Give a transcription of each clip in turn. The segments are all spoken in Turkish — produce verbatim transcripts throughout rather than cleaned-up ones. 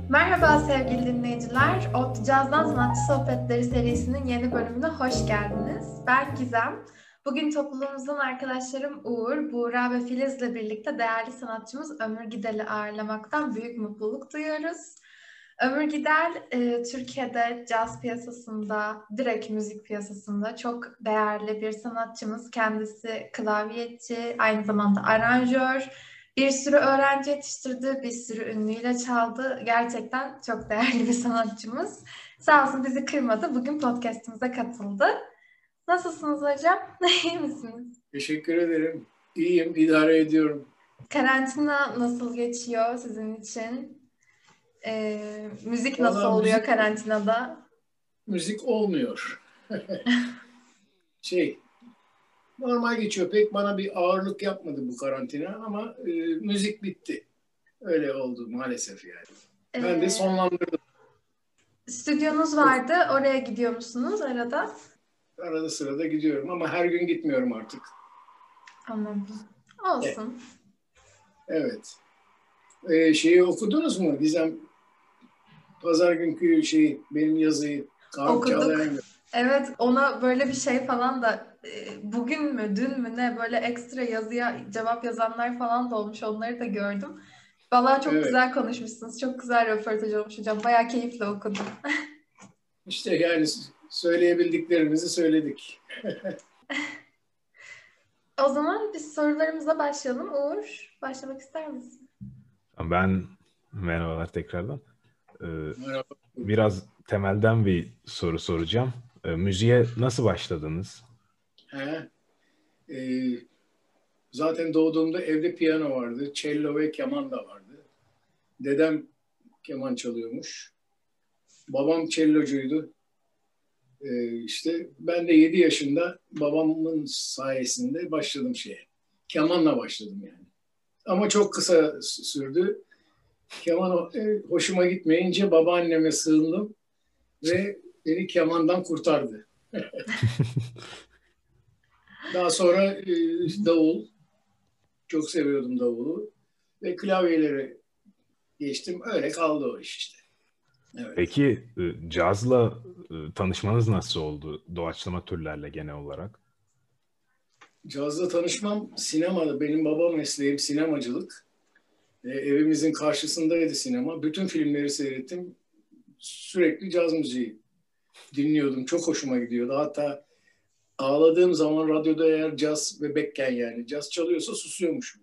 Merhaba sevgili dinleyiciler, ODTÜ Caz'dan Sanatçı Sohbetleri serisinin yeni bölümüne hoş geldiniz. Ben Gizem. Bugün topluluğumuzdan arkadaşlarım Uğur, Buğra ve Filiz'le birlikte değerli sanatçımız Ömür Gidel'i ağırlamaktan büyük mutluluk duyuyoruz. Ömür Gidel, e, Türkiye'de caz piyasasında, direkt müzik piyasasında çok değerli bir sanatçımız. Kendisi klavyeci, aynı zamanda aranjör. Bir sürü öğrenci yetiştirdi, bir sürü ünlüyle çaldı. Gerçekten çok değerli bir sanatçımız. Sağ olsun bizi kırmadı. Bugün podcast'imize katıldı. Nasılsınız hocam? İyi misiniz? Teşekkür ederim. İyiyim, idare ediyorum. Karantina nasıl geçiyor sizin için? Ee, müzik nasıl Vallahi oluyor müzik, karantinada? müzik olmuyor. Şey, normal geçiyor. Pek bana bir ağırlık yapmadı bu karantina ama e, müzik bitti. Öyle oldu maalesef yani. Ben de Ee, sonlandırdım. stüdyonuz vardı, oraya gidiyor musunuz arada? Arada sırada gidiyorum ama her gün gitmiyorum artık. Anladım. Evet. Olsun. evet. Ee, şeyi okudunuz mu? Gizem, pazar günkü şeyi, benim yazıyı. Kaan Okuduk. Çağlayan. Evet, ona böyle bir şey falan da e, bugün mü, dün mü ne böyle ekstra yazıya cevap yazanlar falan da olmuş. Onları da gördüm. Vallahi çok Evet. güzel konuşmuşsunuz. Çok güzel röportaj olmuş hocam. Bayağı keyifle okudum. İşte yani söyleyebildiklerimizi söyledik. O zaman biz sorularımıza başlayalım. Uğur, başlamak ister misin? Ben merhabalar tekrardan. Ee, Merhaba. biraz temelden bir soru soracağım. Ee, müziğe nasıl başladınız? He. Ee, zaten doğduğumda evde piyano vardı, cello ve keman da vardı. Dedem keman çalıyormuş. Babam cellocuydu. Ee, işte ben de yedi yaşında babamın sayesinde başladım şeye. Kemanla başladım yani. Ama çok kısa sürdü. Keman e, hoşuma gitmeyince babaanneme sığındım ve beni kemandan kurtardı. Daha sonra e, davul, çok seviyordum davulu ve klavyeleri geçtim. Öyle kaldı o iş işte. Evet. Peki e, cazla e, tanışmanız nasıl oldu? Doğaçlama türlerle genel olarak. Cazla tanışmam sinemada. Benim baba mesleğim sinemacılık. E, evimizin karşısındaydı sinema. Bütün filmleri seyrettim. Sürekli caz müziği dinliyordum. Çok hoşuma gidiyordu. Hatta ağladığım zaman radyoda eğer caz bebekken yani caz çalıyorsa susuyormuşum.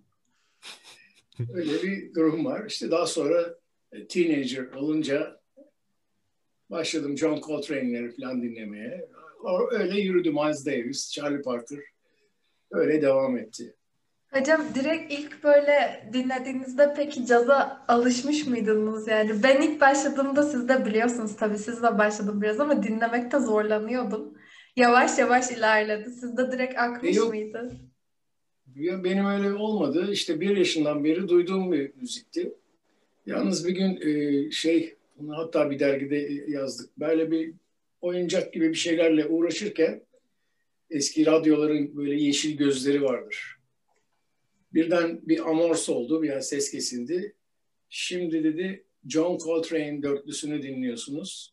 Öyle bir durum var. İşte daha sonra e, teenager olunca başladım John Coltrane'leri falan dinlemeye. Öyle yürüdü Miles Davis, Charlie Parker. Öyle devam etti. Hocam direkt ilk böyle dinlediğinizde peki caza alışmış mıydınız yani? Ben ilk başladığımda siz de biliyorsunuz tabii sizle başladım biraz ama dinlemekte zorlanıyordum. Yavaş yavaş ilerledi. Sizde direkt E akmış yok, mıydı? ya benim öyle olmadı. İşte bir yaşından beri duyduğum bir müzikti. Yalnız bir gün e, şey, bunu hatta bir dergide yazdık. Böyle bir oyuncak gibi bir şeylerle uğraşırken eski radyoların böyle yeşil gözleri vardır. Birden bir anons oldu, bir ses kesildi. Şimdi dedi John Coltrane dörtlüsünü dinliyorsunuz.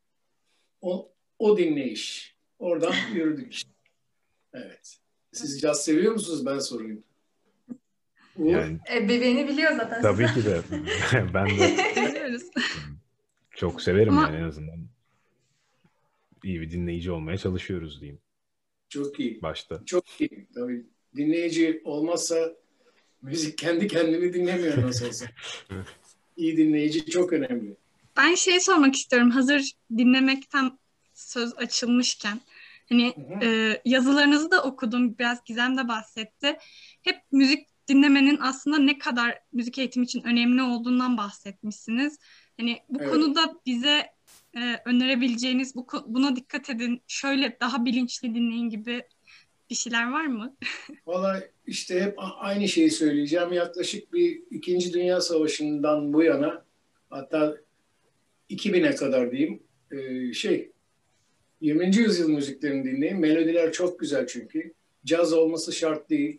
O, o dinleyiş. Oradan yürüdük işte. Evet. Siz caz seviyor musunuz? Ben sorayım. Uğur? Yani E, bebeğini biliyor zaten tabii size. ki de ben de Seviyoruz. çok severim Ama yani en azından. İyi bir dinleyici olmaya çalışıyoruz diyeyim Çok iyi. başta. Çok iyi. Tabii dinleyici olmazsa müzik kendi kendini dinlemiyor nasıl olsa. İyi dinleyici çok önemli. ben şey sormak istiyorum. Hazır dinlemekten söz açılmışken. Hani Hı hı. e, yazılarınızı da okudum. Biraz Gizem de bahsetti. Hep müzik dinlemenin aslında ne kadar müzik eğitimi için önemli olduğundan bahsetmişsiniz. Hani bu Evet. konuda bize e, önerebileceğiniz, bu buna dikkat edin, şöyle daha bilinçli dinleyin gibi bir şeyler var mı? Vallahi işte hep aynı şeyi söyleyeceğim. Yaklaşık bir İkinci Dünya Savaşı'ndan bu yana, hatta iki bine kadar diyeyim, e, şey yirminci yüzyıl müziklerini dinleyin. Melodiler çok güzel çünkü. Caz olması şart değil.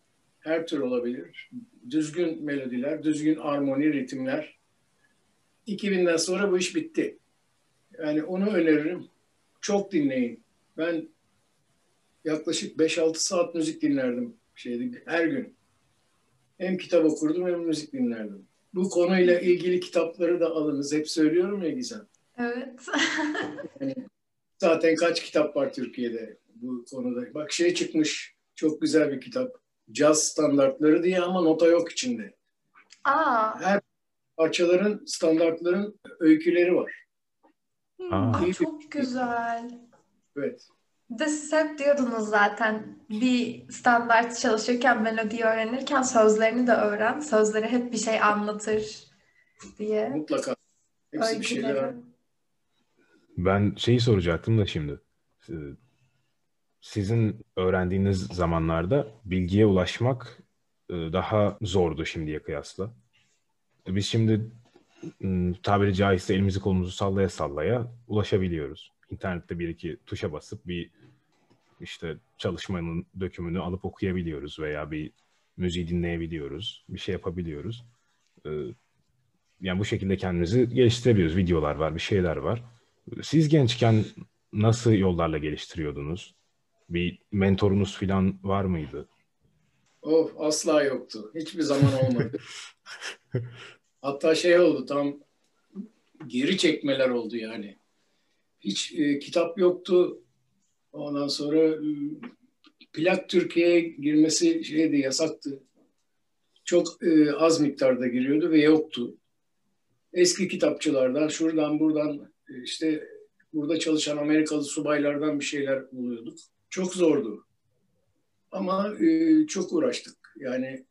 Her tür olabilir. Düzgün melodiler, düzgün armoni, ritimler. iki binden sonra bu iş bitti. Yani onu öneririm. Çok dinleyin. Ben yaklaşık beş altı saat müzik dinlerdim şeydi, her gün. Hem kitap okurdum hem müzik dinlerdim. Bu konuyla ilgili kitapları da alınız. Hep söylüyorum ya Gizem. Evet. Yani zaten kaç kitap var Türkiye'de bu konuda. Bak şey çıkmış, çok güzel bir kitap. Caz standartları diye ama nota yok içinde. Aa, Her parçaların, standartların öyküleri var. Hmm. Aa, aa İyi bir- çok güzel. Evet. Bir de siz hep diyordunuz zaten bir standart çalışırken, melodiyi öğrenirken sözlerini de öğren. Sözleri hep bir şey anlatır diye. Mutlaka. Hepsi bir şeyler. Öyküleri. ben şeyi soracaktım da şimdi. Ee, Sizin öğrendiğiniz zamanlarda bilgiye ulaşmak e, daha zordu şimdiye kıyasla. Biz şimdi m, tabiri caizse elimizi kolumuzu sallaya sallaya ulaşabiliyoruz. İnternette bir iki tuşa basıp bir işte çalışmanın dökümünü alıp okuyabiliyoruz veya bir müziği dinleyebiliyoruz, bir şey yapabiliyoruz. Ee, Yani bu şekilde kendimizi geliştirebiliyoruz. Videolar var, bir şeyler var. Siz gençken nasıl yollarla geliştiriyordunuz? Bir mentorunuz falan var mıydı? Of, asla yoktu. Hiçbir zaman olmadı. Hatta şey oldu, tam geri çekmeler oldu yani. Hiç e, kitap yoktu. Ondan sonra e, plak Türkiye'ye girmesi şeydi, yasaktı. Çok e, az miktarda giriyordu ve yoktu. Eski kitapçılardan, şuradan buradan e, işte burada çalışan Amerikalı subaylardan bir şeyler buluyorduk. Çok zordu. Ama e, çok uğraştık. Yani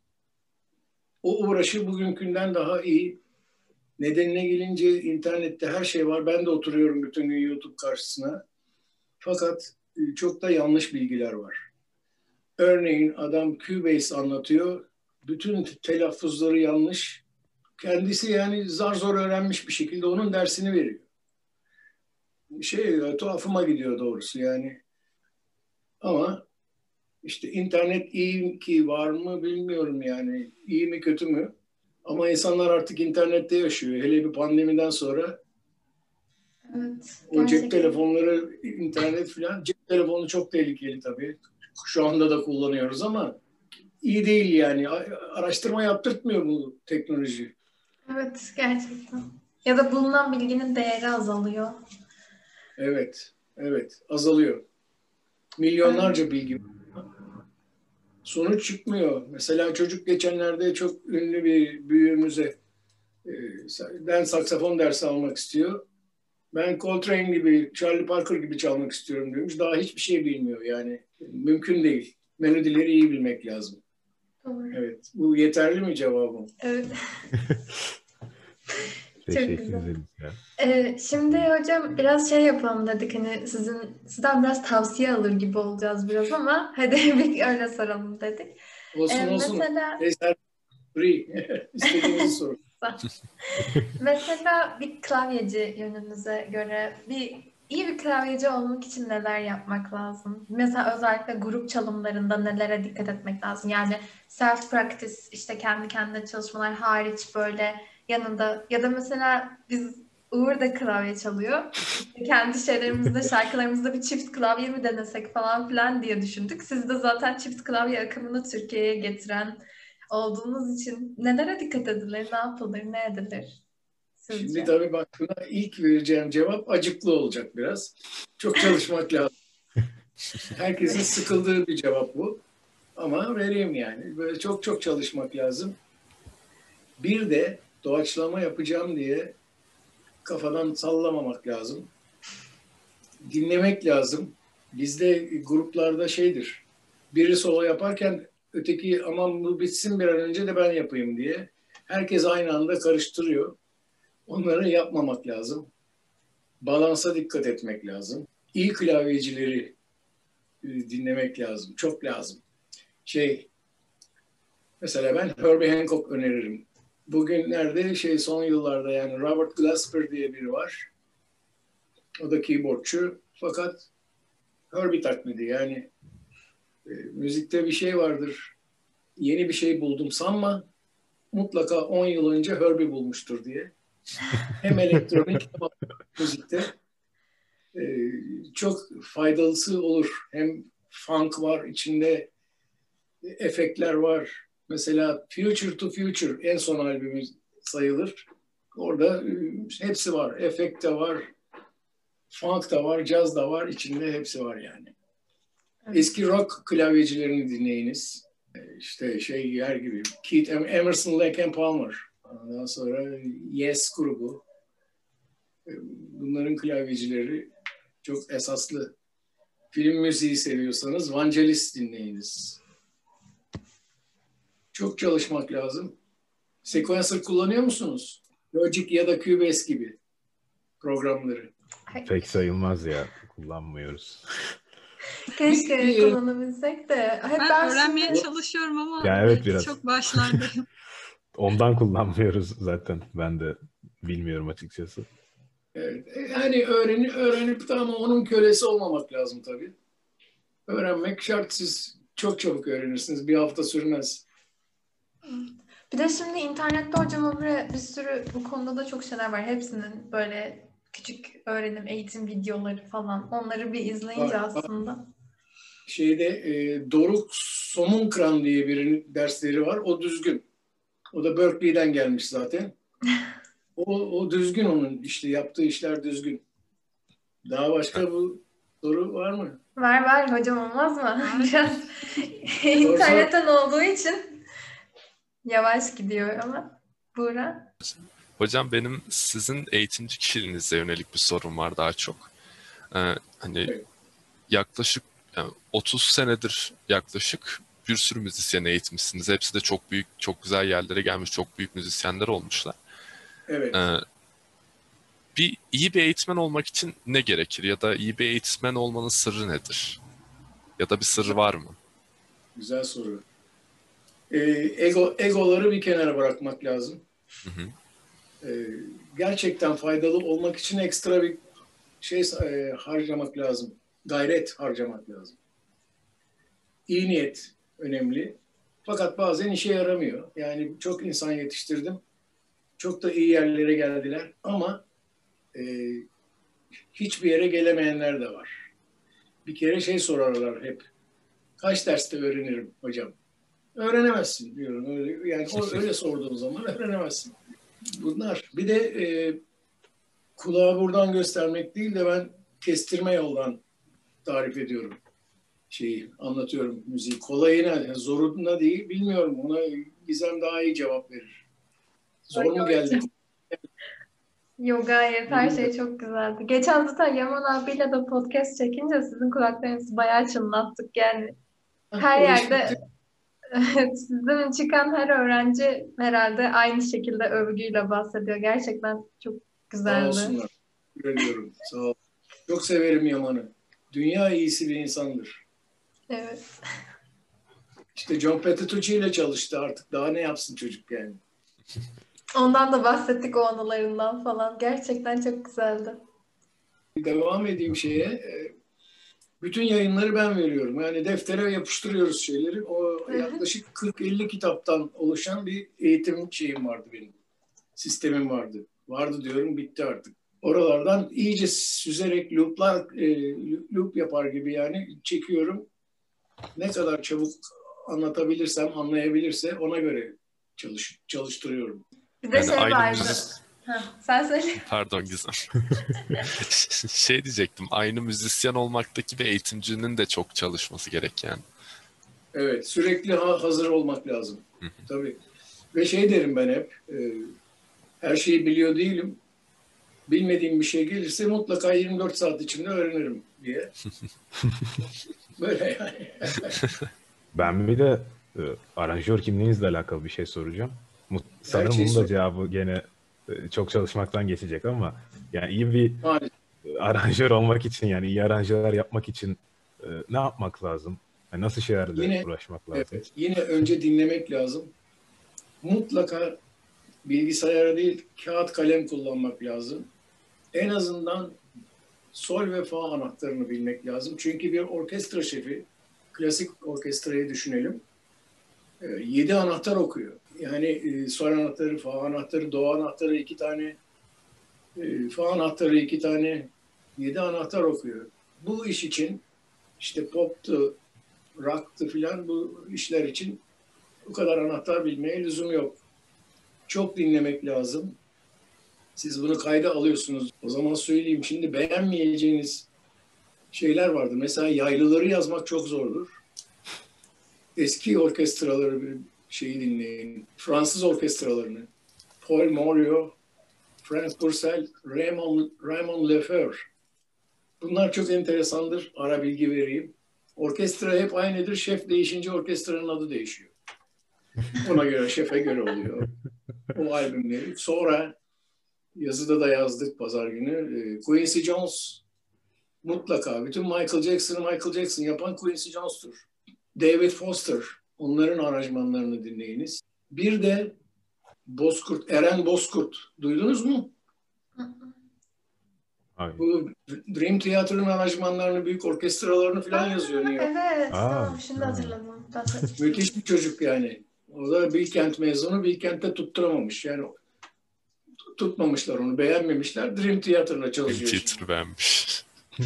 o uğraşı bugünkünden daha iyi. Nedenine gelince internette her şey var. Ben de oturuyorum bütün gün YouTube karşısına. Fakat e, çok da yanlış bilgiler var. Örneğin adam Cubase anlatıyor. Bütün telaffuzları yanlış. Kendisi yani zar zor öğrenmiş bir şekilde onun dersini veriyor. Şey tuhafıma gidiyor doğrusu yani. Ama işte internet iyi ki var mı bilmiyorum yani. İyi mi kötü mü? Ama insanlar artık internette yaşıyor. Hele bir pandemiden sonra Evet, o cep gerçekten. telefonları, internet falan. Cep telefonu çok tehlikeli tabii. Şu anda da kullanıyoruz ama iyi değil yani. Araştırma yaptırtmıyor bu teknoloji. Evet, gerçekten. Ya da bulunan bilginin değeri azalıyor. Evet, evet. Azalıyor. Milyonlarca bilgi var. Sonuç çıkmıyor. Mesela çocuk geçenlerde çok ünlü bir büyüğümüze e, ben saksafon dersi almak istiyor. Ben Coltrane gibi, Charlie Parker gibi çalmak istiyorum demiş. Daha hiçbir şey bilmiyor yani. Mümkün değil. Melodileri iyi bilmek lazım. Doğru. Evet. Bu yeterli mi cevabım? Evet. Çok Teşekkür güzel. ederiz ya. Ee, şimdi hocam biraz şey yapalım dedik, hani sizin sizden biraz tavsiye alır gibi olacağız biraz ama hadi bir öyle soralım dedik. Olsun Ee, olsun. mesela Neyse, free. İstediğinizi sorun. mesela bir klavyeci yönünüze göre bir iyi bir klavyeci olmak için neler yapmak lazım? Mesela özellikle grup çalımlarında nelere dikkat etmek lazım? Yani self practice, işte kendi kendine çalışmalar hariç böyle yanında, ya da mesela biz Uğur da klavye çalıyor. İşte kendi şeylerimizde, şarkılarımızda bir çift klavye mi denesek falan filan diye düşündük. Siz de zaten çift klavye akımını Türkiye'ye getiren olduğunuz için nelere dikkat edilir, ne yapılır, ne edilir Şimdi sizce? tabii bak, buna ilk vereceğim cevap acıklı olacak biraz. Çok çalışmak lazım. Herkesin sıkıldığı bir cevap bu. Ama vereyim yani. Böyle çok çok çalışmak lazım. Bir de doğaçlama yapacağım diye kafadan sallamamak lazım. Dinlemek lazım. Bizde gruplarda şeydir. Biri solo yaparken öteki aman bu bitsin bir an önce de ben yapayım diye. Herkes aynı anda karıştırıyor. Onları yapmamak lazım. Balansa dikkat etmek lazım. İyi klavyecileri e, dinlemek lazım. Çok lazım. Şey, mesela ben Herbie Hancock öneririm. Bugünlerde şey son yıllarda yani Robert Glasper diye biri var. O da keyboardçu. Fakat Herbie taklidi yani e, müzikte bir şey vardır. Yeni bir şey buldum sanma. Mutlaka on yıl önce Herbie bulmuştur diye. Hem elektronik hem müzikte e, çok faydalısı olur. Hem funk var içinde, efektler var. Mesela Future to Future en son albümü sayılır. Orada e, hepsi var. Efekt de var, funk da var, caz da var. İçinde hepsi var yani. Evet. Eski rock klavyecilerini dinleyiniz. E, İşte şey yer gibi. Keith Emerson, Lake and Palmer. Ondan sonra Yes grubu. E, Bunların klavyecileri çok esaslı. Film müziği seviyorsanız Vangelis dinleyiniz. Çok çalışmak lazım. Sequencer kullanıyor musunuz? Logic ya da Cubase gibi programları. Pek sayılmaz ya. Kullanmıyoruz. Keşke Bir- kullanabilsek de. Hep Ben, ben öğrenmeye şimdi- çalışıyorum ama Ya evet, evet, biraz. çok başlardayım. Ondan kullanmıyoruz zaten. Ben de bilmiyorum açıkçası. Evet, yani öğrenip, öğrenip de ama onun kölesi olmamak lazım tabii. Öğrenmek şart. Siz çok çabuk öğrenirsiniz. Bir hafta sürmez. Bir de şimdi internette hocam böyle bir sürü bu konuda da çok şeyler var. Hepsinin böyle küçük öğrenim, eğitim videoları falan. Onları bir izleyince Var, var. aslında. Şeyde e, Doruk Somunkran diye birinin dersleri var. O düzgün. O da Berkeley'den gelmiş zaten. O, o düzgün onun işte yaptığı işler düzgün. Daha başka bu soru var mı? Var var hocam, olmaz mı? Var. Biraz internetten olduğu için yavaş gidiyor ama. Buğra. Hocam benim sizin eğitimci kişiliğinize yönelik bir sorum var daha çok. Ee, hani Evet. yaklaşık yani otuz senedir yaklaşık bir sürü müzisyen eğitmişsiniz. Hepsi de çok büyük, çok güzel yerlere gelmiş, çok büyük müzisyenler olmuşlar. Evet. Ee, bir iyi bir eğitmen olmak için ne gerekir? Ya da iyi bir eğitmen olmanın sırrı nedir? Ya da bir sırrı var mı? Güzel soru. Ee, ego, egoları bir kenara bırakmak lazım. Hı hı. Ee, gerçekten faydalı olmak için ekstra bir şey e, harcamak lazım. Gayret harcamak lazım. İyi niyet önemli. Fakat bazen işe yaramıyor. Yani çok insan yetiştirdim. Çok da iyi yerlere geldiler ama e, hiçbir yere gelemeyenler de var. Bir kere şey sorarlar hep. Kaç derste öğrenirim hocam? Öğrenemezsin diyorum. Öyle, yani o, öyle sorduğun zaman öğrenemezsin. Bunlar. Bir de e, kulağı buradan göstermek değil de ben kestirme yoldan tarif ediyorum. Şeyi anlatıyorum müziği. Kolayına, yani zoruna değil bilmiyorum. Ona Gizem daha iyi cevap verir. Zor mu geldi? Yok, gayet her şey çok güzeldi. Geçen zaten Yaman abiyle de podcast çekince sizin kulaklarınızı bayağı çınlattık yani. Her O yerde işte- evet, sizden çıkan her öğrenci herhalde aynı şekilde övgüyle bahsediyor. Gerçekten çok Sağ güzeldi. olsunlar. Görüyorum. Sağ ol. Çok severim Yaman'ı. Dünya iyisi bir insandır. Evet. İşte John Petrucci ile çalıştı artık. Daha ne yapsın çocuk yani. Ondan da bahsettik, o anılarından falan. Gerçekten çok güzeldi. Devam edeyim şeye. e, Bütün yayınları ben veriyorum. Yani deftere yapıştırıyoruz şeyleri. O Hı hı. yaklaşık kırk elli kitaptan oluşan bir eğitim şeyim vardı benim. Sistemim vardı. Vardı diyorum, bitti artık. Oralardan iyice süzerek looplar, e, loop yapar gibi yani çekiyorum. Ne kadar çabuk anlatabilirsem, anlayabilirse ona göre çalış, çalıştırıyorum. Bir de Yani şey aynı vardı. müzis- Heh, sen söyle. Pardon Gizem. Şey diyecektim, aynı müzisyen olmaktaki bir eğitimcinin de çok çalışması gerek yani. Evet, sürekli ha- hazır olmak lazım. Hı hı. Tabii. Ve şey derim ben hep, e, her şeyi biliyor değilim. Bilmediğim bir şey gelirse mutlaka yirmi dört saat içinde öğrenirim diye. Böyle yani. Ben bir de e, aranjör kimliğinizle alakalı bir şey soracağım. Mut- Sanırım şeyi bunun da sor. cevabı gene e, çok çalışmaktan geçecek ama yani iyi bir Maalesef. e, aranjör olmak için, yani iyi aranjörler yapmak için e, ne yapmak lazım? Yani nasıl şeylerle Yine- uğraşmak lazım? Evet, yine önce dinlemek lazım. Mutlaka bilgisayara değil, kağıt kalem kullanmak lazım. En azından sol ve fa anahtarını bilmek lazım. Çünkü bir orkestra şefi, klasik orkestrayı düşünelim, e, yedi anahtar okuyor. Yani e, sol anahtarı, fa anahtarı, do anahtarı, iki tane E, fa anahtarı iki tane, yedi anahtar okuyor. Bu iş için işte pop'tu, rock'tı filan bu işler için bu kadar anahtar bilmeye lüzum yok. Çok dinlemek lazım. Siz bunu kayda alıyorsunuz. O zaman söyleyeyim, şimdi beğenmeyeceğiniz şeyler vardır. Mesela yaylıları yazmak çok zordur. Eski orkestraları bir şeyi dinleyin. Fransız orkestralarını. Paul Morio, Franz Purcell, Raymond, Raymond Lefebvre. Bunlar çok enteresandır. Ara bilgi vereyim. Orkestra hep aynıdır. Şef değişince orkestranın adı değişiyor. Ona göre, şefe göre oluyor. O albümleri. Sonra yazıda da yazdık pazar günü. Quincy Jones mutlaka. Bütün Michael Jackson'ı Michael Jackson yapan Quincy Jones'tur. David Foster. Onların aranjmanlarını dinleyiniz. Bir de Bozkurt, Eren Bozkurt. Duydunuz mu? Hayır. Bu Dream Theater'ın aranjmanlarını, büyük orkestralarını falan yazıyor. New York. Evet, Aa, tamam, şimdi ha. hatırladım. Ben Müthiş bir çocuk yani. O da Bilkent mezunu, Bilkent'te tutturamamış. Yani tutmamışlar onu, beğenmemişler. Dream Theater'la çalışıyor. Dream Theater beğenmiş.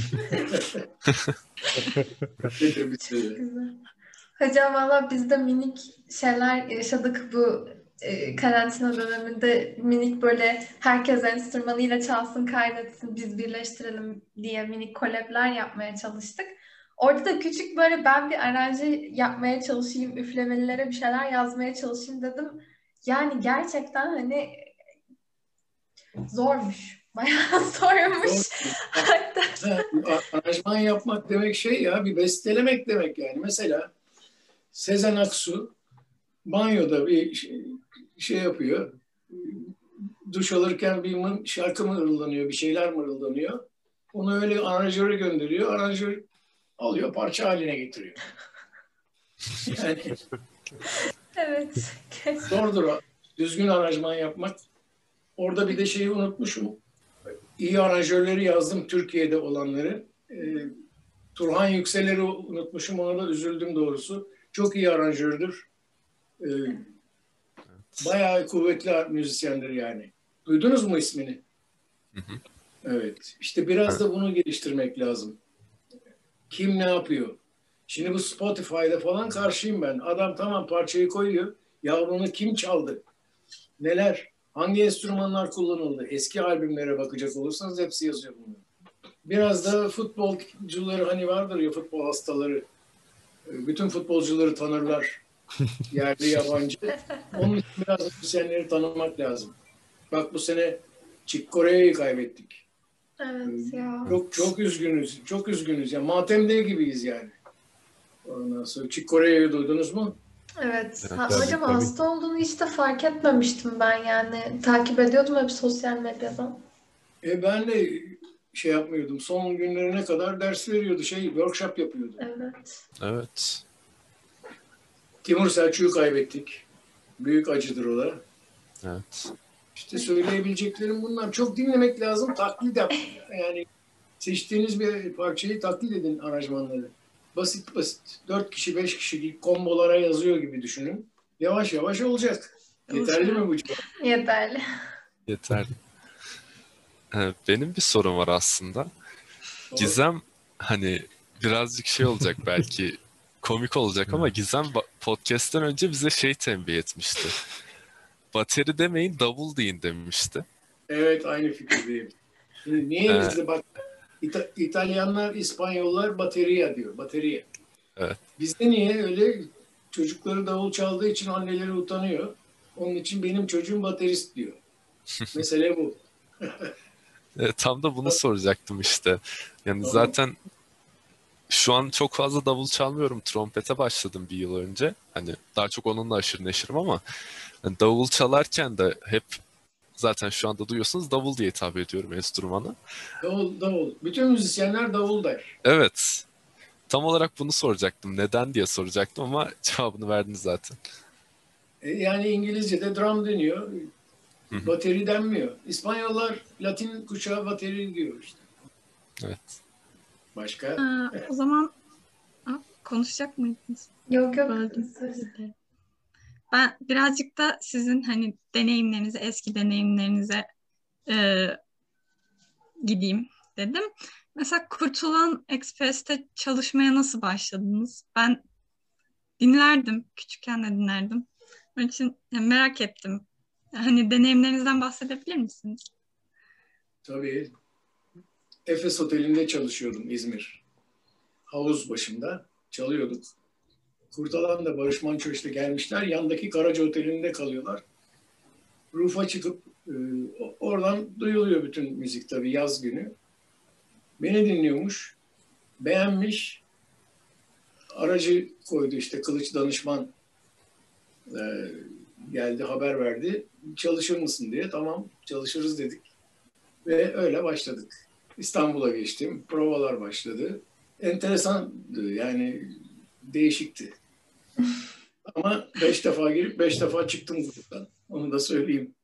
Nedir bir şey? güzel. Hocam valla biz de minik şeyler yaşadık bu e, karantina döneminde. Minik böyle herkes enstrümanıyla çalsın, kaydetsin, biz birleştirelim diye minik collab'ler yapmaya çalıştık. Orada da küçük böyle ben bir aranje yapmaya çalışayım, üflemelilere bir şeyler yazmaya çalışayım dedim. Yani gerçekten hani zormuş. Bayağı zormuş. Hatta Ha, aranjman yapmak demek şey ya, bir bestelemek demek yani. Mesela Sezen Aksu banyoda bir şey, şey yapıyor. Duş alırken bir mır, şarkı mırıldanıyor, bir şeyler mırıldanıyor. Onu öyle aranjöre gönderiyor. Aranjör alıyor, parça haline getiriyor. Yani evet. zordur o. Düzgün aranjman yapmak. Orada bir de şeyi unutmuşum. İyi aranjörleri yazdım, Türkiye'de olanları. Ee, Turhan Yükseler'i unutmuşum. Ona da üzüldüm doğrusu. Çok iyi aranjördür. Ee, bayağı kuvvetli müzisyendir yani. Duydunuz mu ismini? Hı hı. Evet. İşte biraz da bunu geliştirmek lazım. Kim ne yapıyor? Şimdi bu Spotify'da falan karşıyım ben. Adam tamam parçayı koyuyor. Ya bunu kim çaldı? Neler? Hangi enstrümanlar kullanıldı? Eski albümlere bakacak olursanız hepsi yazıyor bunu. Biraz da futbolcuları hani vardır ya, futbol hastaları. Bütün futbolcuları tanırlar. Yerli, yabancı. Onun için biraz müzisyenleri tanımak lazım. Bak bu sene Chick Corea'yı kaybettik. Evet ya. Çok çok üzgünüz. Çok üzgünüz. Ya matemde gibiyiz yani. Ondan sonra Chick Corea'yı duydunuz mu? Evet. Evet, Ha, tabii, hocam tabii. hasta olduğunu hiç de fark etmemiştim ben yani. Takip ediyordum hep sosyal medyadan. E ben de şey yapmıyordum. Son günlerine kadar ders veriyordu. Şey, workshop yapıyordu. Evet. Evet. Timur Selçuk'u kaybettik. Büyük acıdır o da. Evet. İşte söyleyebileceklerim bunlar. Çok dinlemek lazım. Taklit yap. Yani seçtiğiniz bir parçayı taklit edin, aranjmanları. Basit basit. Dört kişi, beş kişi kombolara yazıyor gibi düşünün. Yavaş yavaş olacak. Yeterli mi bu cevap? Yeterli. Yeterli. Ee, Benim bir sorum var aslında. Gizem hani birazcık şey olacak belki komik olacak ama Gizem ba- podcast'ten önce bize şey tembih etmişti. Bateri demeyin davul deyin demişti. Evet, aynı fikirdeyim. Şimdi niye Ee, bizde bak İta- İtalyanlar, İspanyollar bateria diyor. Bateria. Evet. Bizde niye öyle? Çocukları davul çaldığı için anneleri utanıyor. Onun için benim çocuğum baterist diyor. Mesele bu. E, tam da bunu soracaktım işte. Yani Tamam. zaten şu an çok fazla davul çalmıyorum. Trompete başladım bir yıl önce. Hani daha çok onunla aşırı neşirim ama hani davul çalarken de hep zaten şu anda duyuyorsunuz davul diye hitap ediyorum enstrümana. Davul, davul. Bütün müzisyenler davul der. Evet. Tam olarak bunu soracaktım. Neden diye soracaktım ama cevabını verdiniz zaten. E, yani İngilizce'de drum deniyor. Hı hı. Bateri denmiyor. İspanyollar Latin kuşağı bateri diyor işte. Evet. Başka? Aa, o zaman Aa, konuşacak mıydınız? Yok yok. Böldüm. Özür dilerim. Ben birazcık da sizin hani deneyimlerinize, eski deneyimlerinize e, gideyim dedim. Mesela Kurtulan Ekspres'te çalışmaya nasıl başladınız? Ben dinlerdim, küçükken de dinlerdim. Onun için yani merak ettim. Hani deneyimlerinizden bahsedebilir misiniz? Tabii. Efes Oteli'nde çalışıyordum, İzmir. Havuz başında çalıyorduk. Kurtalan da Barış Manço işte gelmişler. Yandaki Karaca Oteli'nde kalıyorlar. Rufa çıkıp e, oradan duyuluyor bütün müzik tabii yaz günü. Beni dinliyormuş. Beğenmiş. Aracı koydu işte Kılıç danışman e, geldi haber verdi. Çalışır mısın diye. Tamam çalışırız dedik. Ve öyle başladık. İstanbul'a geçtim. Provalar başladı. Enteresandı yani değişikti. Ama beş defa girip beş defa çıktım gruptan. Onu da söyleyeyim.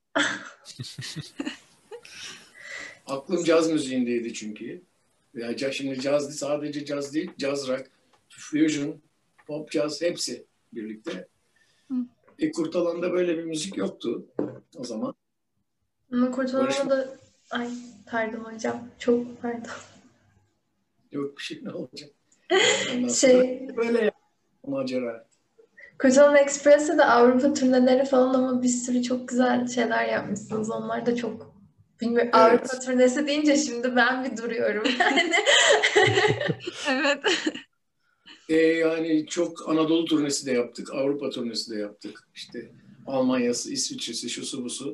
Aklım caz müziğindeydi çünkü. Ya şimdi caz sadece caz değil, caz rock, fusion, pop caz hepsi birlikte. E, Kurtalan'da böyle bir müzik yoktu o zaman. Ama Kurtalan'da da... Ay pardon hocam. Çok pardon. Yok bir şey ne olacak? Şey... Böyle macera. Kurtalan Express'e de Avrupa turneleri falan ama bir sürü çok güzel şeyler yapmışsınız. Onlar da çok... Bilmiyorum, evet. Avrupa turnesi deyince şimdi ben bir duruyorum yani. Evet. E, yani çok Anadolu turnesi de yaptık, Avrupa turnesi de yaptık. İşte Almanya'sı, İsviçre'si, şusu busu.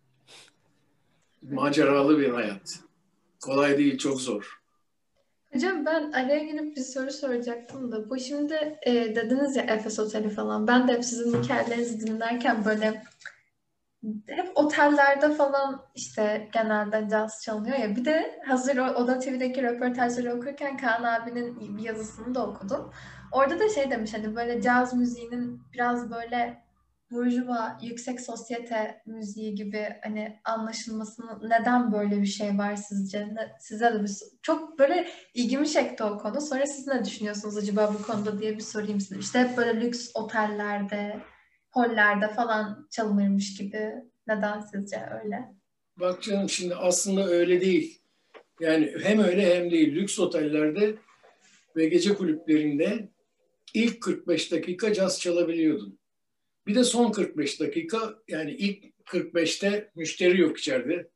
Maceralı bir hayat. Kolay değil, çok zor. Hocam ben araya girip bir soru soracaktım da bu şimdi e, dediniz ya Efes Oteli falan. Ben de hep sizin hikayelerinizi dinlerken böyle hep otellerde falan işte genelde caz çalınıyor ya. Bir de hazır o Oda T V'deki röportajları okurken Kaan abinin bir yazısını da okudum. Orada da şey demiş hani böyle caz müziğinin biraz böyle burjuva, yüksek sosyete müziği gibi hani anlaşılmasının neden böyle bir şey var sizce? Ne, size de bir çok böyle ilgimi çekti o konu. Sonra siz ne düşünüyorsunuz acaba bu konuda diye bir sorayım size. İşte hep böyle lüks otellerde, hollerde falan çalınırmış gibi. Neden sizce öyle? Bak canım şimdi aslında öyle değil. Yani hem öyle hem değil. Lüks otellerde ve gece kulüplerinde ilk kırk beş dakika caz çalabiliyordun. Bir de son kırk beş dakika yani ilk kırk beşte müşteri yok içeride.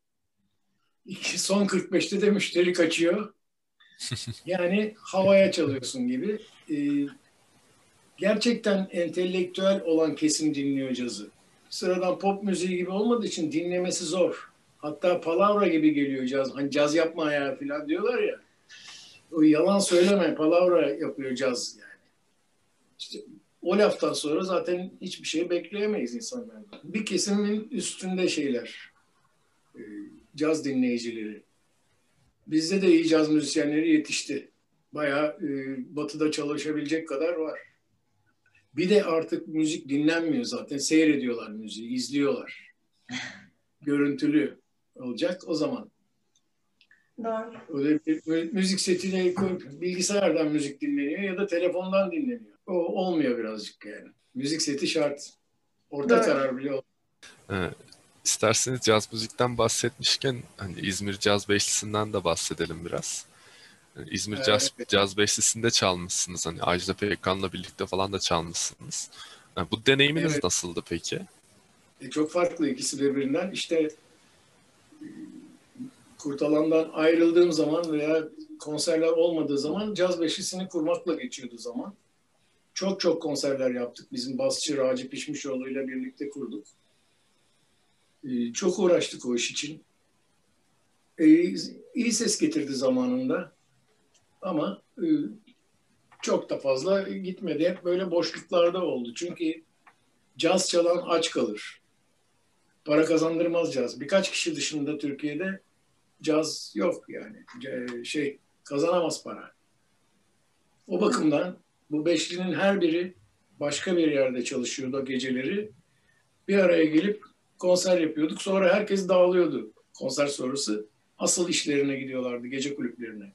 Son kırk beşte de müşteri kaçıyor. Yani havaya çalıyorsun gibi. Ee, gerçekten entelektüel olan kesim dinliyor cazı. Sıradan pop müziği gibi olmadığı için dinlemesi zor. Hatta palavra gibi geliyor caz. Hani caz yapma ya falan diyorlar ya. O yalan söyleme, palavra yapıyor caz yani. İşte o laftan sonra zaten hiçbir şey bekleyemeyiz insanlardan. Bir kesimin üstünde şeyler, e, caz dinleyicileri. Bizde de iyi caz müzisyenleri yetişti. Bayağı e, batıda çalışabilecek kadar var. Bir de artık müzik dinlenmiyor zaten. Seyrediyorlar müziği, izliyorlar. Görüntülü olacak o zaman. Doğru. Öyle bir müzik setine koyup bilgisayardan müzik dinleniyor ya da telefondan dinleniyor. O olmuyor birazcık yani. Müzik seti şart. Orta Doğru. karar bile olmuyor. Evet. İsterseniz caz müzikten bahsetmişken hani İzmir Caz Beşlisi'nden de bahsedelim biraz. Yani İzmir Evet. Caz, Caz Beşlisi'nde çalmışsınız. Hani Ajda Pekkan'la birlikte falan da çalmışsınız. Yani bu deneyiminiz Evet. nasıldı peki? E, çok farklı ikisi birbirinden. İşte e, Kurtalan'dan ayrıldığım zaman veya konserler olmadığı zaman Caz Beşlisi'ni kurmakla geçiyordu zaman. Çok çok konserler yaptık. Bizim basçı Raci Pişmişoğlu ile birlikte kurduk. E, çok uğraştık o iş için. E, iyi ses getirdi zamanında. Ama e, çok da fazla gitmedi. Hep böyle boşluklarda oldu. Çünkü caz çalan aç kalır. Para kazandırmaz caz. Birkaç kişi dışında Türkiye'de caz yok yani. C- şey kazanamaz para. O bakımdan bu beşlinin her biri başka bir yerde çalışıyordu geceleri. Bir araya gelip konser yapıyorduk. Sonra herkes dağılıyordu konser sonrası. Asıl işlerine gidiyorlardı, gece kulüplerine.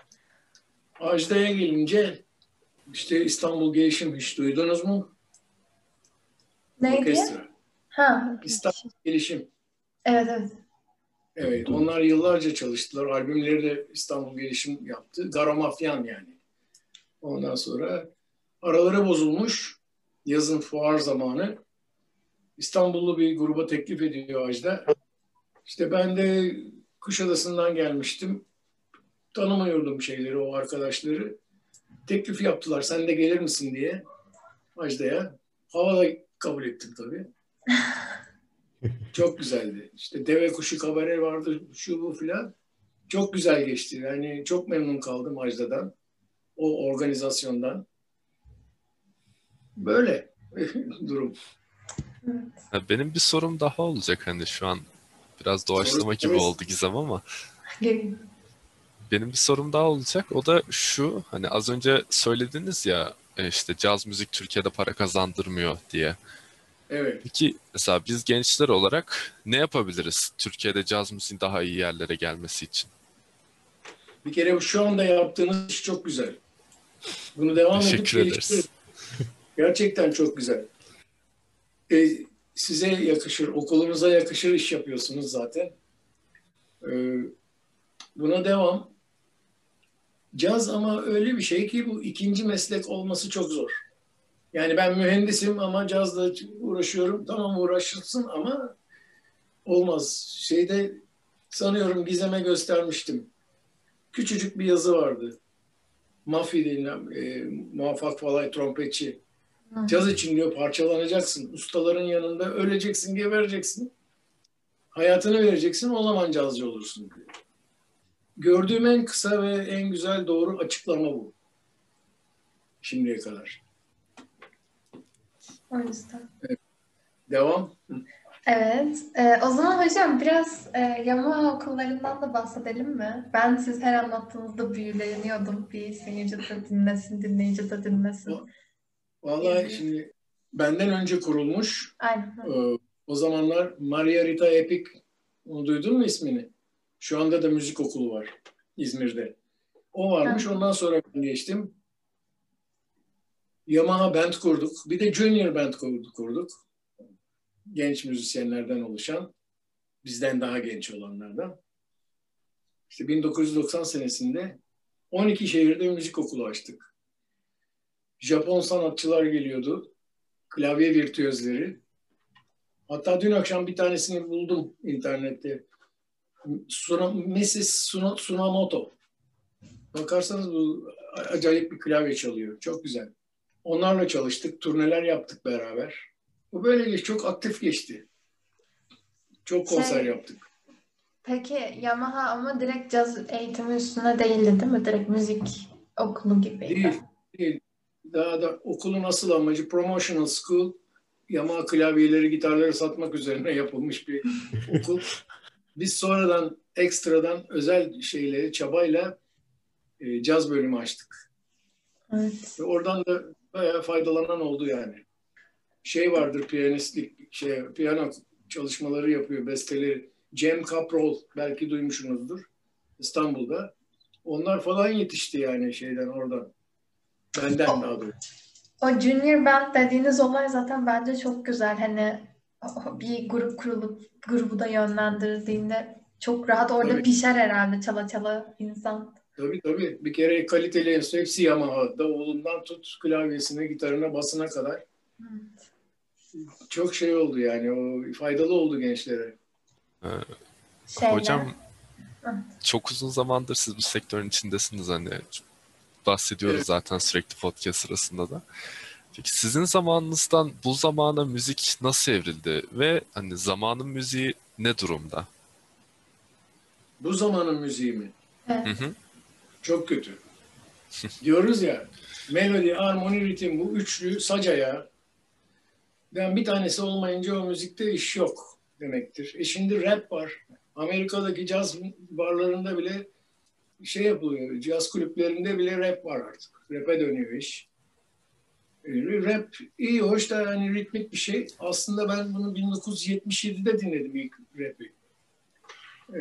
Ajda'ya gelince işte İstanbul Gelişim hiç duydunuz mu? Neydi? Orkestra. Ha. İstanbul Gelişim. Evet evet. Evet, onlar yıllarca çalıştılar. Albümleri de İstanbul Gelişim yaptı. Garo Mafyan yani. Ondan sonra araları bozulmuş. Yazın fuar zamanı. İstanbullu bir gruba teklif ediyor Ajda. İşte ben de Kuşadası'ndan gelmiştim. Tanımıyordum şeyleri, o arkadaşları. Teklif yaptılar, sen de gelir misin diye Ajda'ya. Havada kabul ettim tabii. Çok güzeldi. İşte Deve Kuşu Kabare vardı, şu bu filan. Çok güzel geçti. Yani çok memnun kaldım Ajda'dan. O organizasyondan. Böyle durum. Ha, benim bir sorum daha olacak, hani şu an biraz doğaçlama gibi Evet. oldu Gizem ama benim bir sorum daha olacak. O da şu, hani az önce söylediniz ya e, işte caz müzik Türkiye'de para kazandırmıyor diye. Evet. Peki mesela biz gençler olarak ne yapabiliriz Türkiye'de caz müziğin daha iyi yerlere gelmesi için? Bir kere bu şu anda yaptığınız iş çok güzel. Bunu devam edip Teşekkür geliştirin. ederiz. Gerçekten çok güzel. E, size yakışır, okulunuza yakışır iş yapıyorsunuz zaten. E, buna devam. Caz ama öyle bir şey ki bu ikinci meslek olması çok zor. Yani ben mühendisim ama cazla uğraşıyorum. Tamam uğraşırsın ama olmaz. Şeyde sanıyorum Gizem'e göstermiştim. Küçücük bir yazı vardı. Mafi denilen e, Muvaffak Falay trompetçi. Caz için diyor parçalanacaksın. Ustaların yanında öleceksin, gebereceksin. Hayatını vereceksin, o zaman cazcı olursun diyor. Gördüğüm en kısa ve en güzel doğru açıklama bu. Şimdiye kadar. O yüzden. Evet. Devam. Evet. Ee, o zaman hocam biraz e, Yamaha okullarından da bahsedelim mi? Ben siz her anlattığınızda büyüleniyordum. Bir seyirci de dinlesin, dinleyici de dinlesin. Vallahi Evet. şimdi benden önce kurulmuş. Aynen. Ee, o zamanlar Maria Rita Epik, onu duydun mu ismini? Şu anda da müzik okulu var İzmir'de. O varmış. Hı. Ondan sonra ben geçtim. Yamaha Band kurduk. Bir de Junior Band kurduk. kurduk. Genç müzisyenlerden oluşan, bizden daha genç olanlardan. İşte bin dokuz yüz doksan senesinde on iki şehirde müzik okulu açtık. Japon sanatçılar geliyordu. Klavye virtüözleri. Hatta dün akşam bir tanesini buldum internette. Suna, missus Suna, Sunamoto. Bakarsanız bu acayip bir klavye çalıyor. Çok güzel. Onlarla çalıştık. Turneler yaptık beraber. Bu böyle geç, çok aktif geçti. Çok konser Şey, yaptık. peki Yamaha ama direkt caz eğitimi üstüne değildi değil mi? Direkt müzik okulu gibiydi. Değil, değil. Daha da okulun asıl amacı promotional school. Yamaha klavyeleri, gitarları satmak üzerine yapılmış bir okul. Biz sonradan ekstradan özel şeyleri çabayla e, caz bölümü açtık. Evet. Ve oradan da bayağı faydalanan oldu yani. Şey vardır, piyanistlik, şey, piyano çalışmaları yapıyor, besteleri. Cem Kaprol, belki duymuşsunuzdur, İstanbul'da. Onlar falan yetişti yani şeyden, oradan. Benden daha doğrusu. O Junior Band dediğiniz olay zaten bence çok güzel. Hani bir grup kurulup grubu da yönlendirdiğinde çok rahat orada Tabii. pişer herhalde çala çala insan. Tabii tabii. Bir kere kaliteli enstrüman hepsi Yamaha. Davulundan tut klavyesine, gitarına, basına kadar. Evet. Çok şey oldu yani. O faydalı oldu gençlere. Ee, Şeyler. hocam Evet. çok uzun zamandır siz bu sektörün içindesiniz, hani bahsediyoruz Evet. zaten sürekli podcast sırasında da. Peki sizin zamanınızdan bu zamana müzik nasıl evrildi ve hani zamanın müziği ne durumda? Bu zamanın müziği mi? Evet. Hı hı. Çok kötü. Diyoruz ya, melodi, armoni, ritim, bu üçlü sacaya. Yani bir tanesi olmayınca o müzikte iş yok demektir. E şimdi rap var. Amerika'daki caz barlarında bile şey yapılıyor. Caz kulüplerinde bile rap var artık. Rap'e dönüyor iş. E, Rap iyi, hoş da yani ritmik bir şey. Aslında ben bunu bin dokuz yüz yetmiş yedide dinledim ilk rap'i. E,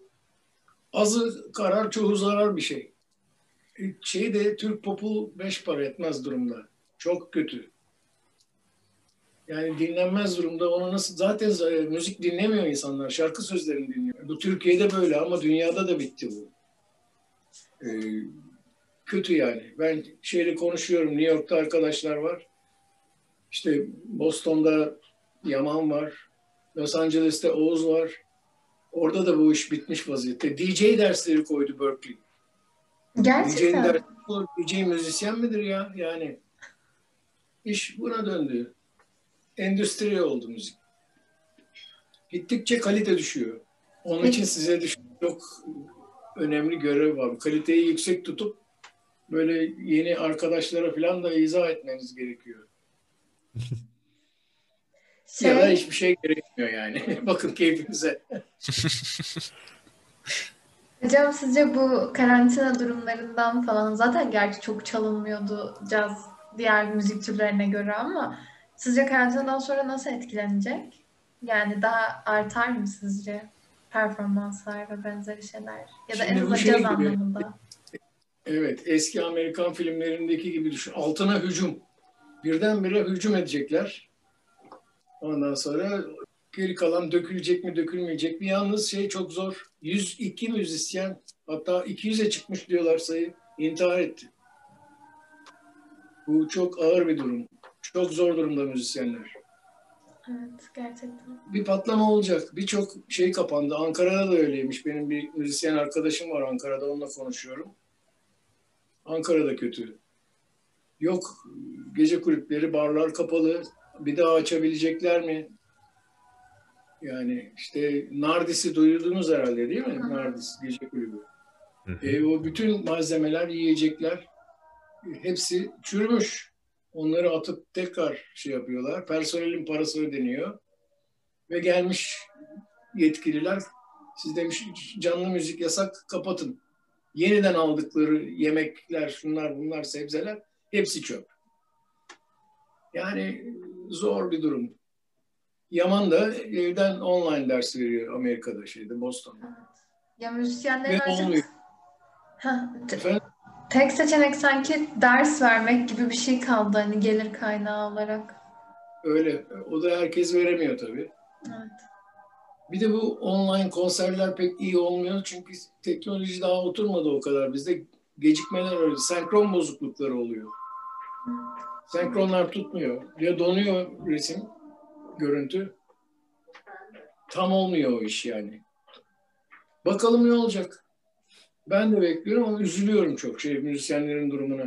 azı karar, çoğu zarar bir şey. E, şey de Türk popu beş para etmez durumda. Çok kötü. Yani dinlenmez durumda. Onu nasıl zaten z- müzik dinlemiyor insanlar. Şarkı sözlerini dinliyor. Bu Türkiye'de böyle ama dünyada da bitti bu. Ee, kötü yani. Ben şeyle konuşuyorum. New York'ta arkadaşlar var. İşte Boston'da Yaman var. Los Angeles'te Oğuz var. Orada da bu iş bitmiş vaziyette. D J dersleri koydu Berkeley. D J'nin Gerçekten. dersi olur. D J müzisyen midir ya? Yani iş buna döndü. Endüstri oldu müzik. Gittikçe kalite düşüyor. Onun için size düşen çok önemli görev var. Kaliteyi yüksek tutup böyle yeni arkadaşlara falan da izah etmeniz gerekiyor. Ya da Şey, hiçbir şey gerekmiyor yani. Bakın keyfinize. hocam sizce bu karantina durumlarından falan zaten gerçi çok çalınmıyordu caz diğer müzik türlerine göre ama sizce karantinadan sonra nasıl etkilenecek? Yani daha artar mı sizce performanslar ve benzeri şeyler? Ya da en Şimdi bu azından şey caz gibi, anlamında. evet, eski Amerikan filmlerindeki gibi düşün. Altına hücum. Birdenbire hücum edecekler. Ondan sonra geri kalan dökülecek mi dökülmeyecek mi? Yalnız şey çok zor. yüz iki müzisyen, hatta iki yüze çıkmış diyorlar sayı, intihar etti. Bu çok ağır bir durum. Çok zor durumda müzisyenler. Evet, gerçekten. Bir patlama olacak. Birçok şey kapandı. Ankara'da da öyleymiş. Benim bir müzisyen arkadaşım var Ankara'da. Onunla konuşuyorum. Ankara'da kötü. Yok, gece kulüpleri, barlar kapalı. Bir daha açabilecekler mi? Yani işte Nardis'i duydunuz herhalde değil mi? Hı hı. Nardis gece kulübü. Hı hı. E, o bütün malzemeler, yiyecekler hepsi çürümüş. Onları atıp tekrar şey yapıyorlar. Personelin parası ödeniyor. Ve gelmiş yetkililer, siz demiş canlı müzik yasak, kapatın. Yeniden aldıkları yemekler, şunlar bunlar, sebzeler hepsi çöp. Yani zor bir durum. Yaman da evden online ders veriyor Amerika'da, şeyde, Boston'da. Evet. Ya müzisyenlerin Ve artık olmuyor. Heh, te- Efendim? tek seçenek sanki ders vermek gibi bir şey kaldı hani gelir kaynağı olarak. Öyle. O da herkes veremiyor tabii. Evet. Bir de bu online konserler pek iyi olmuyor çünkü teknoloji daha oturmadı o kadar. Bizde gecikmeler oluyor. Senkron bozuklukları oluyor. Senkronlar tutmuyor. Ya donuyor resim, görüntü. Tam olmuyor o iş yani. Bakalım ne olacak. Ben de bekliyorum ama üzülüyorum çok şey müzisyenlerin durumuna.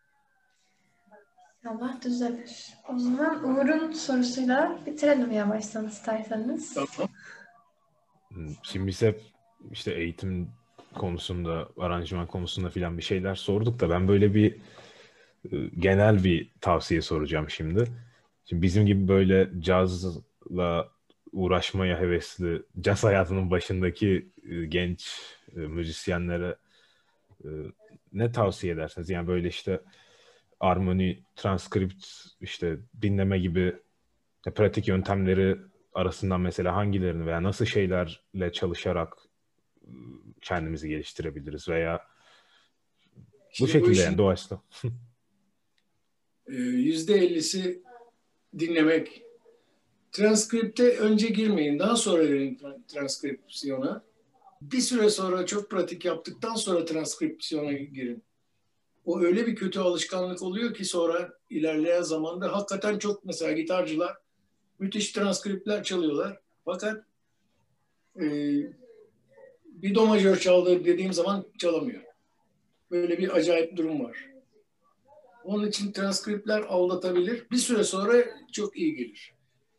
Allah düzelir. O zaman Uğur'un sorusuyla bitirelim yavaştan isterseniz. Tamam. Şimdi biz hep işte eğitim konusunda, aranjman konusunda filan bir şeyler sorduk da ben böyle bir e, genel bir tavsiye soracağım şimdi. Şimdi bizim gibi böyle cazla uğraşmaya hevesli, caz hayatının başındaki e, genç e, müzisyenlere e, ne tavsiye edersiniz? Yani böyle işte armoni, transkript, işte dinleme gibi e, pratik yöntemleri arasından mesela hangilerini veya nasıl şeylerle çalışarak e, kendimizi geliştirebiliriz veya bu Şimdi bu şekilde işin yani doğaçla. e, yüzde ellisi dinlemek. Transkripte önce girmeyin. Daha sonra verin tra- transkripsiyona. Bir süre sonra çok pratik yaptıktan sonra transkripsiyona girin. O öyle bir kötü alışkanlık oluyor ki sonra ilerleyen zamanda hakikaten çok, mesela gitarcılar müthiş transkriptler çalıyorlar. Fakat e, bir do majör çaldı dediğim zaman çalamıyor. Böyle bir acayip durum var. Onun için transkriptler aldatabilir. Bir süre sonra çok iyi gelir.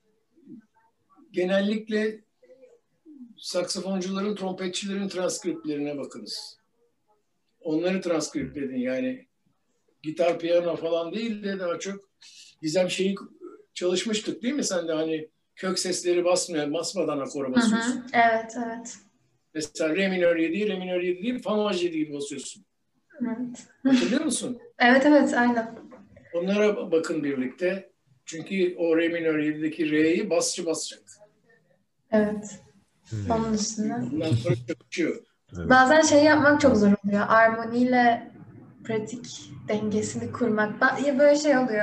Genellikle saksafoncuların, trompetçilerin transkriptlerine bakınız. Onları transkript edin. Yani gitar, piyano falan değil de daha çok Gizem şeyi çalışmıştık değil mi sen de, hani kök sesleri basmıyor, basmadan akora Hı basıyorsun. hı. Evet, evet. Mesela re minör yedi, re minör yedi değil, fa maj yedi gibi basıyorsun. Evet. Hatırlıyor musun? Evet, evet, aynen. Onlara bakın birlikte. Çünkü o re minör yedideki re'yi basçı basacak. Evet. Hmm. Onun dışında. Ondan sonra çalışıyor. Evet. Bazen şey yapmak çok zor oluyor. Armoniyle pratik dengesini kurmak. Ba- Ya böyle şey oluyor.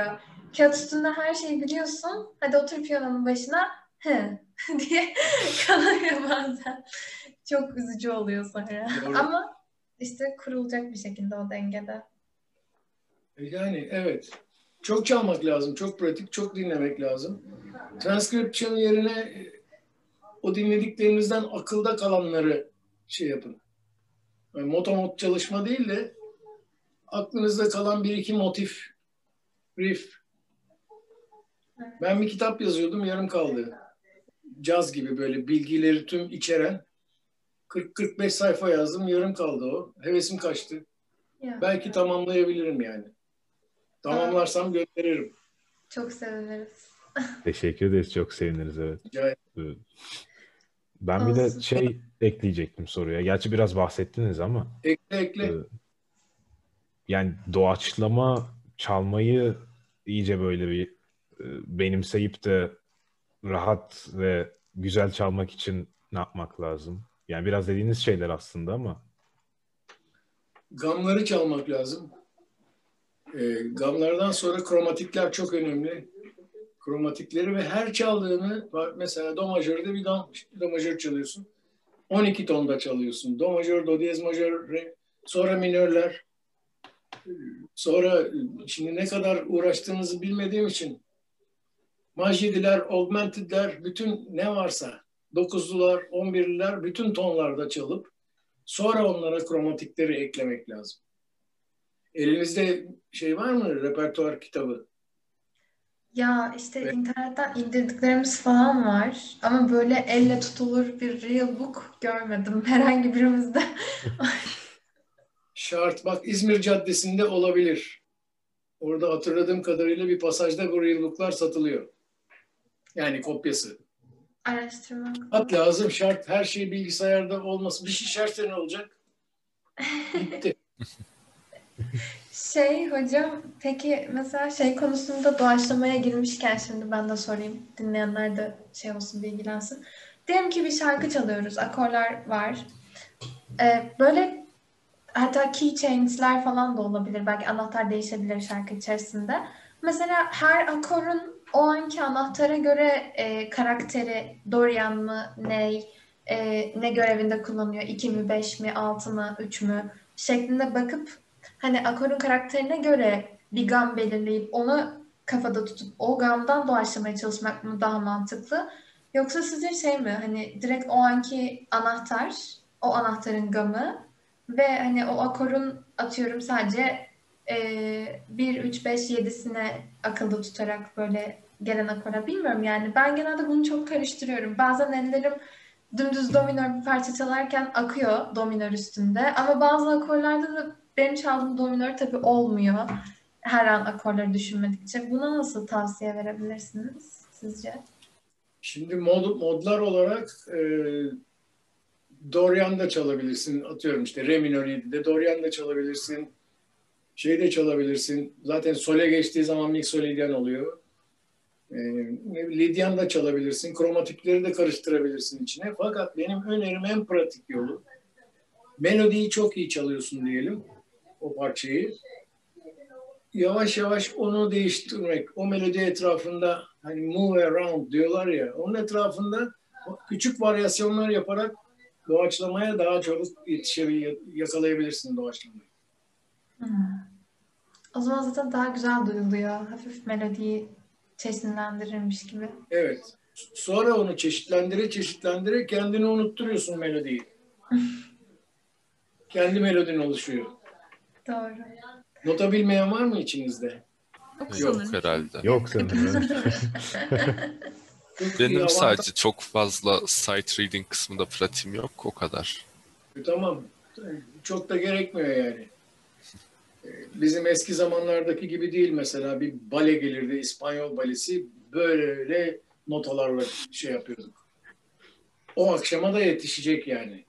kağıt üstünde her şeyi biliyorsun. Hadi otur piyanonun başına. Hı diye kalıyor bazen. Çok üzücü oluyor sonra. Doğru. Ama işte kurulacak bir şekilde o dengede. Yani evet. Çok çalmak lazım. Çok pratik. Çok dinlemek lazım. Transcription yerine o dinlediklerinizden akılda kalanları şey yapın. Yani motomot çalışma değil de aklınızda kalan bir iki motif, riff. Ben bir kitap yazıyordum, yarım kaldı. Caz gibi böyle bilgileri tüm içeren kırk kırk beş sayfa yazdım, yarım kaldı o. Hevesim kaçtı. Ya, Belki tamamlayabilirim yani. Tamamlarsam gönderirim. çok seviniriz. Teşekkür ederiz. Çok seviniriz, evet. Rica Evet. Ben bir de Olsun. şey ekleyecektim soruya. Gerçi biraz bahsettiniz ama Ekle ekle. e, yani doğaçlama çalmayı iyice böyle bir e, benimseyip de rahat ve güzel çalmak için ne yapmak lazım? Yani biraz dediğiniz şeyler aslında ama Gamları çalmak lazım. E, gamlardan sonra kromatikler çok önemli. Kromatikleri ve her çaldığını, mesela do majörde bir gam, do majör çalıyorsun. on iki tonda çalıyorsun. Do majör, do diyez majör, re, sonra minörler. Sonra şimdi ne kadar uğraştığınızı bilmediğim için majediler, augmentedler, bütün ne varsa dokuzlular, on birliler bütün tonlarda çalıp sonra onlara kromatikleri eklemek lazım. Elinizde şey var mı? Repertuar kitabı. Ya işte Ve internetten indirdiklerimiz falan var. Ama böyle elle tutulur bir real book görmedim herhangi birimizde. şart bak İzmir Caddesi'nde olabilir. Orada hatırladığım kadarıyla bir pasajda bu reelbooklar satılıyor. Yani kopyası. Araştırmak At lazım. lazım şart. Her şey bilgisayarda olması. Bir şey şartsa ne olacak? Gitti. Şey hocam, peki mesela şey konusunda doğaçlamaya girmişken şimdi ben de sorayım. Dinleyenler de şey olsun, bilgilensin. Diyelim ki bir şarkı çalıyoruz, akorlar var. Ee, böyle hatta key change'ler falan da olabilir. Belki anahtar değişebilir şarkı içerisinde. Mesela her akorun o anki anahtara göre e, karakteri Dorian mı, ney, e, ne görevinde kullanıyor, iki mi, beş mi, altı mı, üç mü şeklinde bakıp hani akorun karakterine göre bir gam belirleyip onu kafada tutup o gamdan doğaçlamaya çalışmak mı daha mantıklı? Yoksa sizce şey mi, hani direkt o anki anahtar, o anahtarın gamı ve hani o akorun atıyorum sadece e, bir, üç, beş, yedisine akılda tutarak böyle gelen akora. Bilmiyorum yani. Ben genelde bunu çok karıştırıyorum. Bazen ellerim dümdüz dominör bir parça çalarken akıyor dominör üstünde. Ama bazı akorlarda da benim çaldığım dominör tabii olmuyor. Her an akorları düşünmedikçe. Buna nasıl tavsiye verebilirsiniz sizce? Şimdi mod, modlar olarak e, Dorian da çalabilirsin. Atıyorum işte re minör yedide Dorian da çalabilirsin. Şey de çalabilirsin. Zaten sole geçtiği zaman mixolydian oluyor. E, Lidyan da çalabilirsin. Kromatikleri de karıştırabilirsin içine. Fakat benim önerim en pratik yolu. Melodiyi çok iyi çalıyorsun diyelim. O parçayı. Yavaş yavaş onu değiştirmek. O melodi etrafında hani move around diyorlar ya. Onun etrafında küçük varyasyonlar yaparak doğaçlamaya daha çabuk yetişebilir, yakalayabilirsin doğaçlamayı. Hmm. O zaman zaten daha güzel duyuluyor. Hafif melodiyi çeşitlendirirmiş gibi. Evet. Sonra onu çeşitlendire çeşitlendire kendini unutturuyorsun melodiyi. Kendi melodin oluşuyor. Doğru. Nota bilmeyen var mı içinizde? Yok Yok sanırım. herhalde. yok sanırım. Çok iyi Benim avantaj. sadece çok fazla sight reading kısmında pratiğim yok. O kadar. Tamam. Çok da gerekmiyor yani. Bizim eski zamanlardaki gibi değil mesela bir bale gelirdi, İspanyol balesi böyle notalarla şey yapıyorduk. O akşama da yetişecek yani.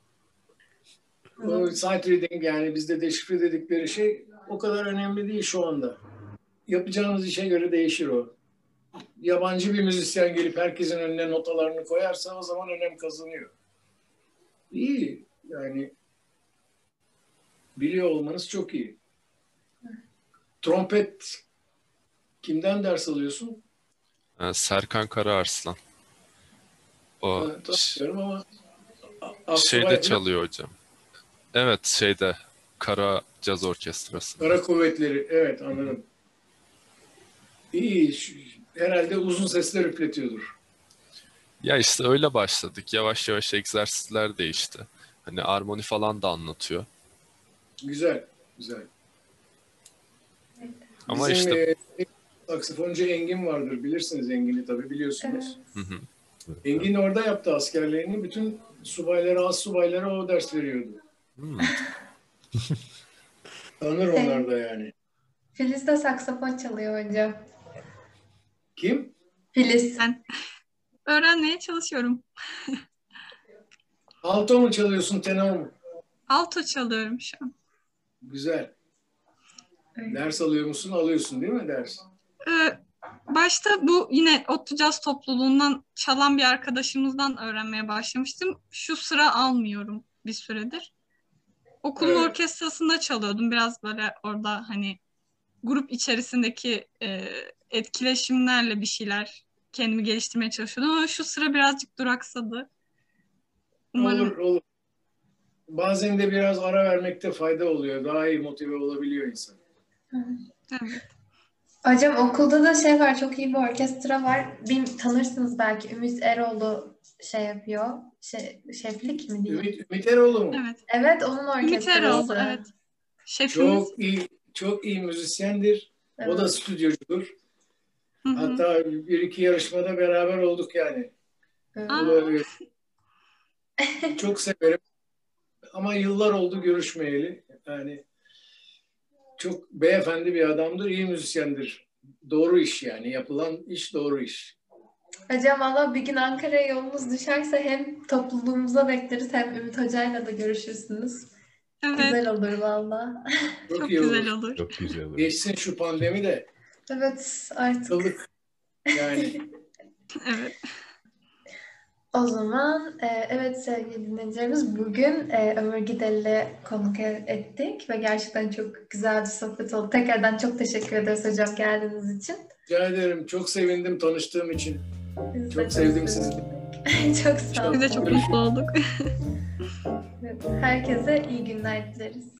O sight reading yani bizde deşifre dedikleri şey o kadar önemli değil şu anda. Yapacağınız işe göre değişir o. Yabancı bir müzisyen gelip herkesin önüne notalarını koyarsa o zaman önem kazanıyor. İyi yani biliyor olmanız çok iyi. Trompet Kimden ders alıyorsun? Ee, Serkan Karaarslan. O Ben tanımıyorum ama a- şeyde Asubay- çalıyor hocam. Evet, şeyde Kara Caz Orkestrası. Kara Kuvvetleri. Evet, anladım. İyi. şu- Herhalde uzun sesler üfletiyordur. Ya işte öyle başladık. Yavaş yavaş egzersizler değişti. Hani armoni falan da anlatıyor. Güzel. Güzel. Ama Bizim işte e, saksafoncu Engin vardır. Bilirsiniz Engin'i tabii biliyorsunuz. Evet. hı hı. Engin orada yaptı askerlerini. Bütün subaylara, az subaylara o ders veriyordu. Hmm. Tanır onlar da yani. Filiz de saksafon çalıyor hocam. Kim? Filiz. Ben öğrenmeye çalışıyorum. Alto mu çalıyorsun, tenor mu? Alto çalıyorum şu an. Güzel. Evet. Ders alıyor musun? Alıyorsun değil mi ders? Ee, başta bu yine ODTÜ Caz topluluğundan çalan bir arkadaşımızdan öğrenmeye başlamıştım. Şu sıra almıyorum bir süredir. Okulun Evet. orkestrasında çalıyordum. Biraz böyle orada hani grup içerisindeki e, etkileşimlerle bir şeyler kendimi geliştirmeye çalışıyordum ama şu sıra birazcık duraksadı. Umarım Olur, olur. Bazen de biraz ara vermekte fayda oluyor. Daha iyi motive olabiliyor insan. evet. Hocam okulda da şey var, çok iyi bir orkestra var. Bir tanırsınız belki, Ümit Eroğlu şey yapıyor. Şey, şeflik mi diyeyim? Ümit, Ümit Eroğlu mu? Evet. Evet, onun Ümit Eroğlu, orkestrası. evet. Şefimiz. Çok iyi, çok iyi müzisyendir. O da Evet. stüdyocudur. Hı hı. Hatta bir iki yarışmada beraber olduk yani. Evet. Aa. O da, e, çok severim. Ama yıllar oldu görüşmeyeli. Yani çok beyefendi bir adamdır, iyi müzisyendir. Doğru iş yani. Yapılan iş doğru iş. Hocam valla bir gün Ankara'ya yolunuz düşerse hem topluluğumuza bekleriz hem Ümit Hoca'yla da görüşürsünüz. Evet. Güzel olur valla. Çok, Çok iyi güzel olur. olur. Çok güzel olur. Geçsin şu pandemi de. Evet, artık. Yıllık yani. Evet. O zaman e, evet sevgili dinleyicilerimiz, bugün e, Ömür Gidel'i konuk e- ettik ve gerçekten çok güzel bir sohbet oldu. Tekrardan çok teşekkür ederiz hocam geldiğiniz için. Rica ederim. Çok sevindim tanıştığım için. Biz de Çok sevdim sizi. sevdik. Çok sağ olun. Biz de çok mutlu olduk. Herkese iyi günler dileriz.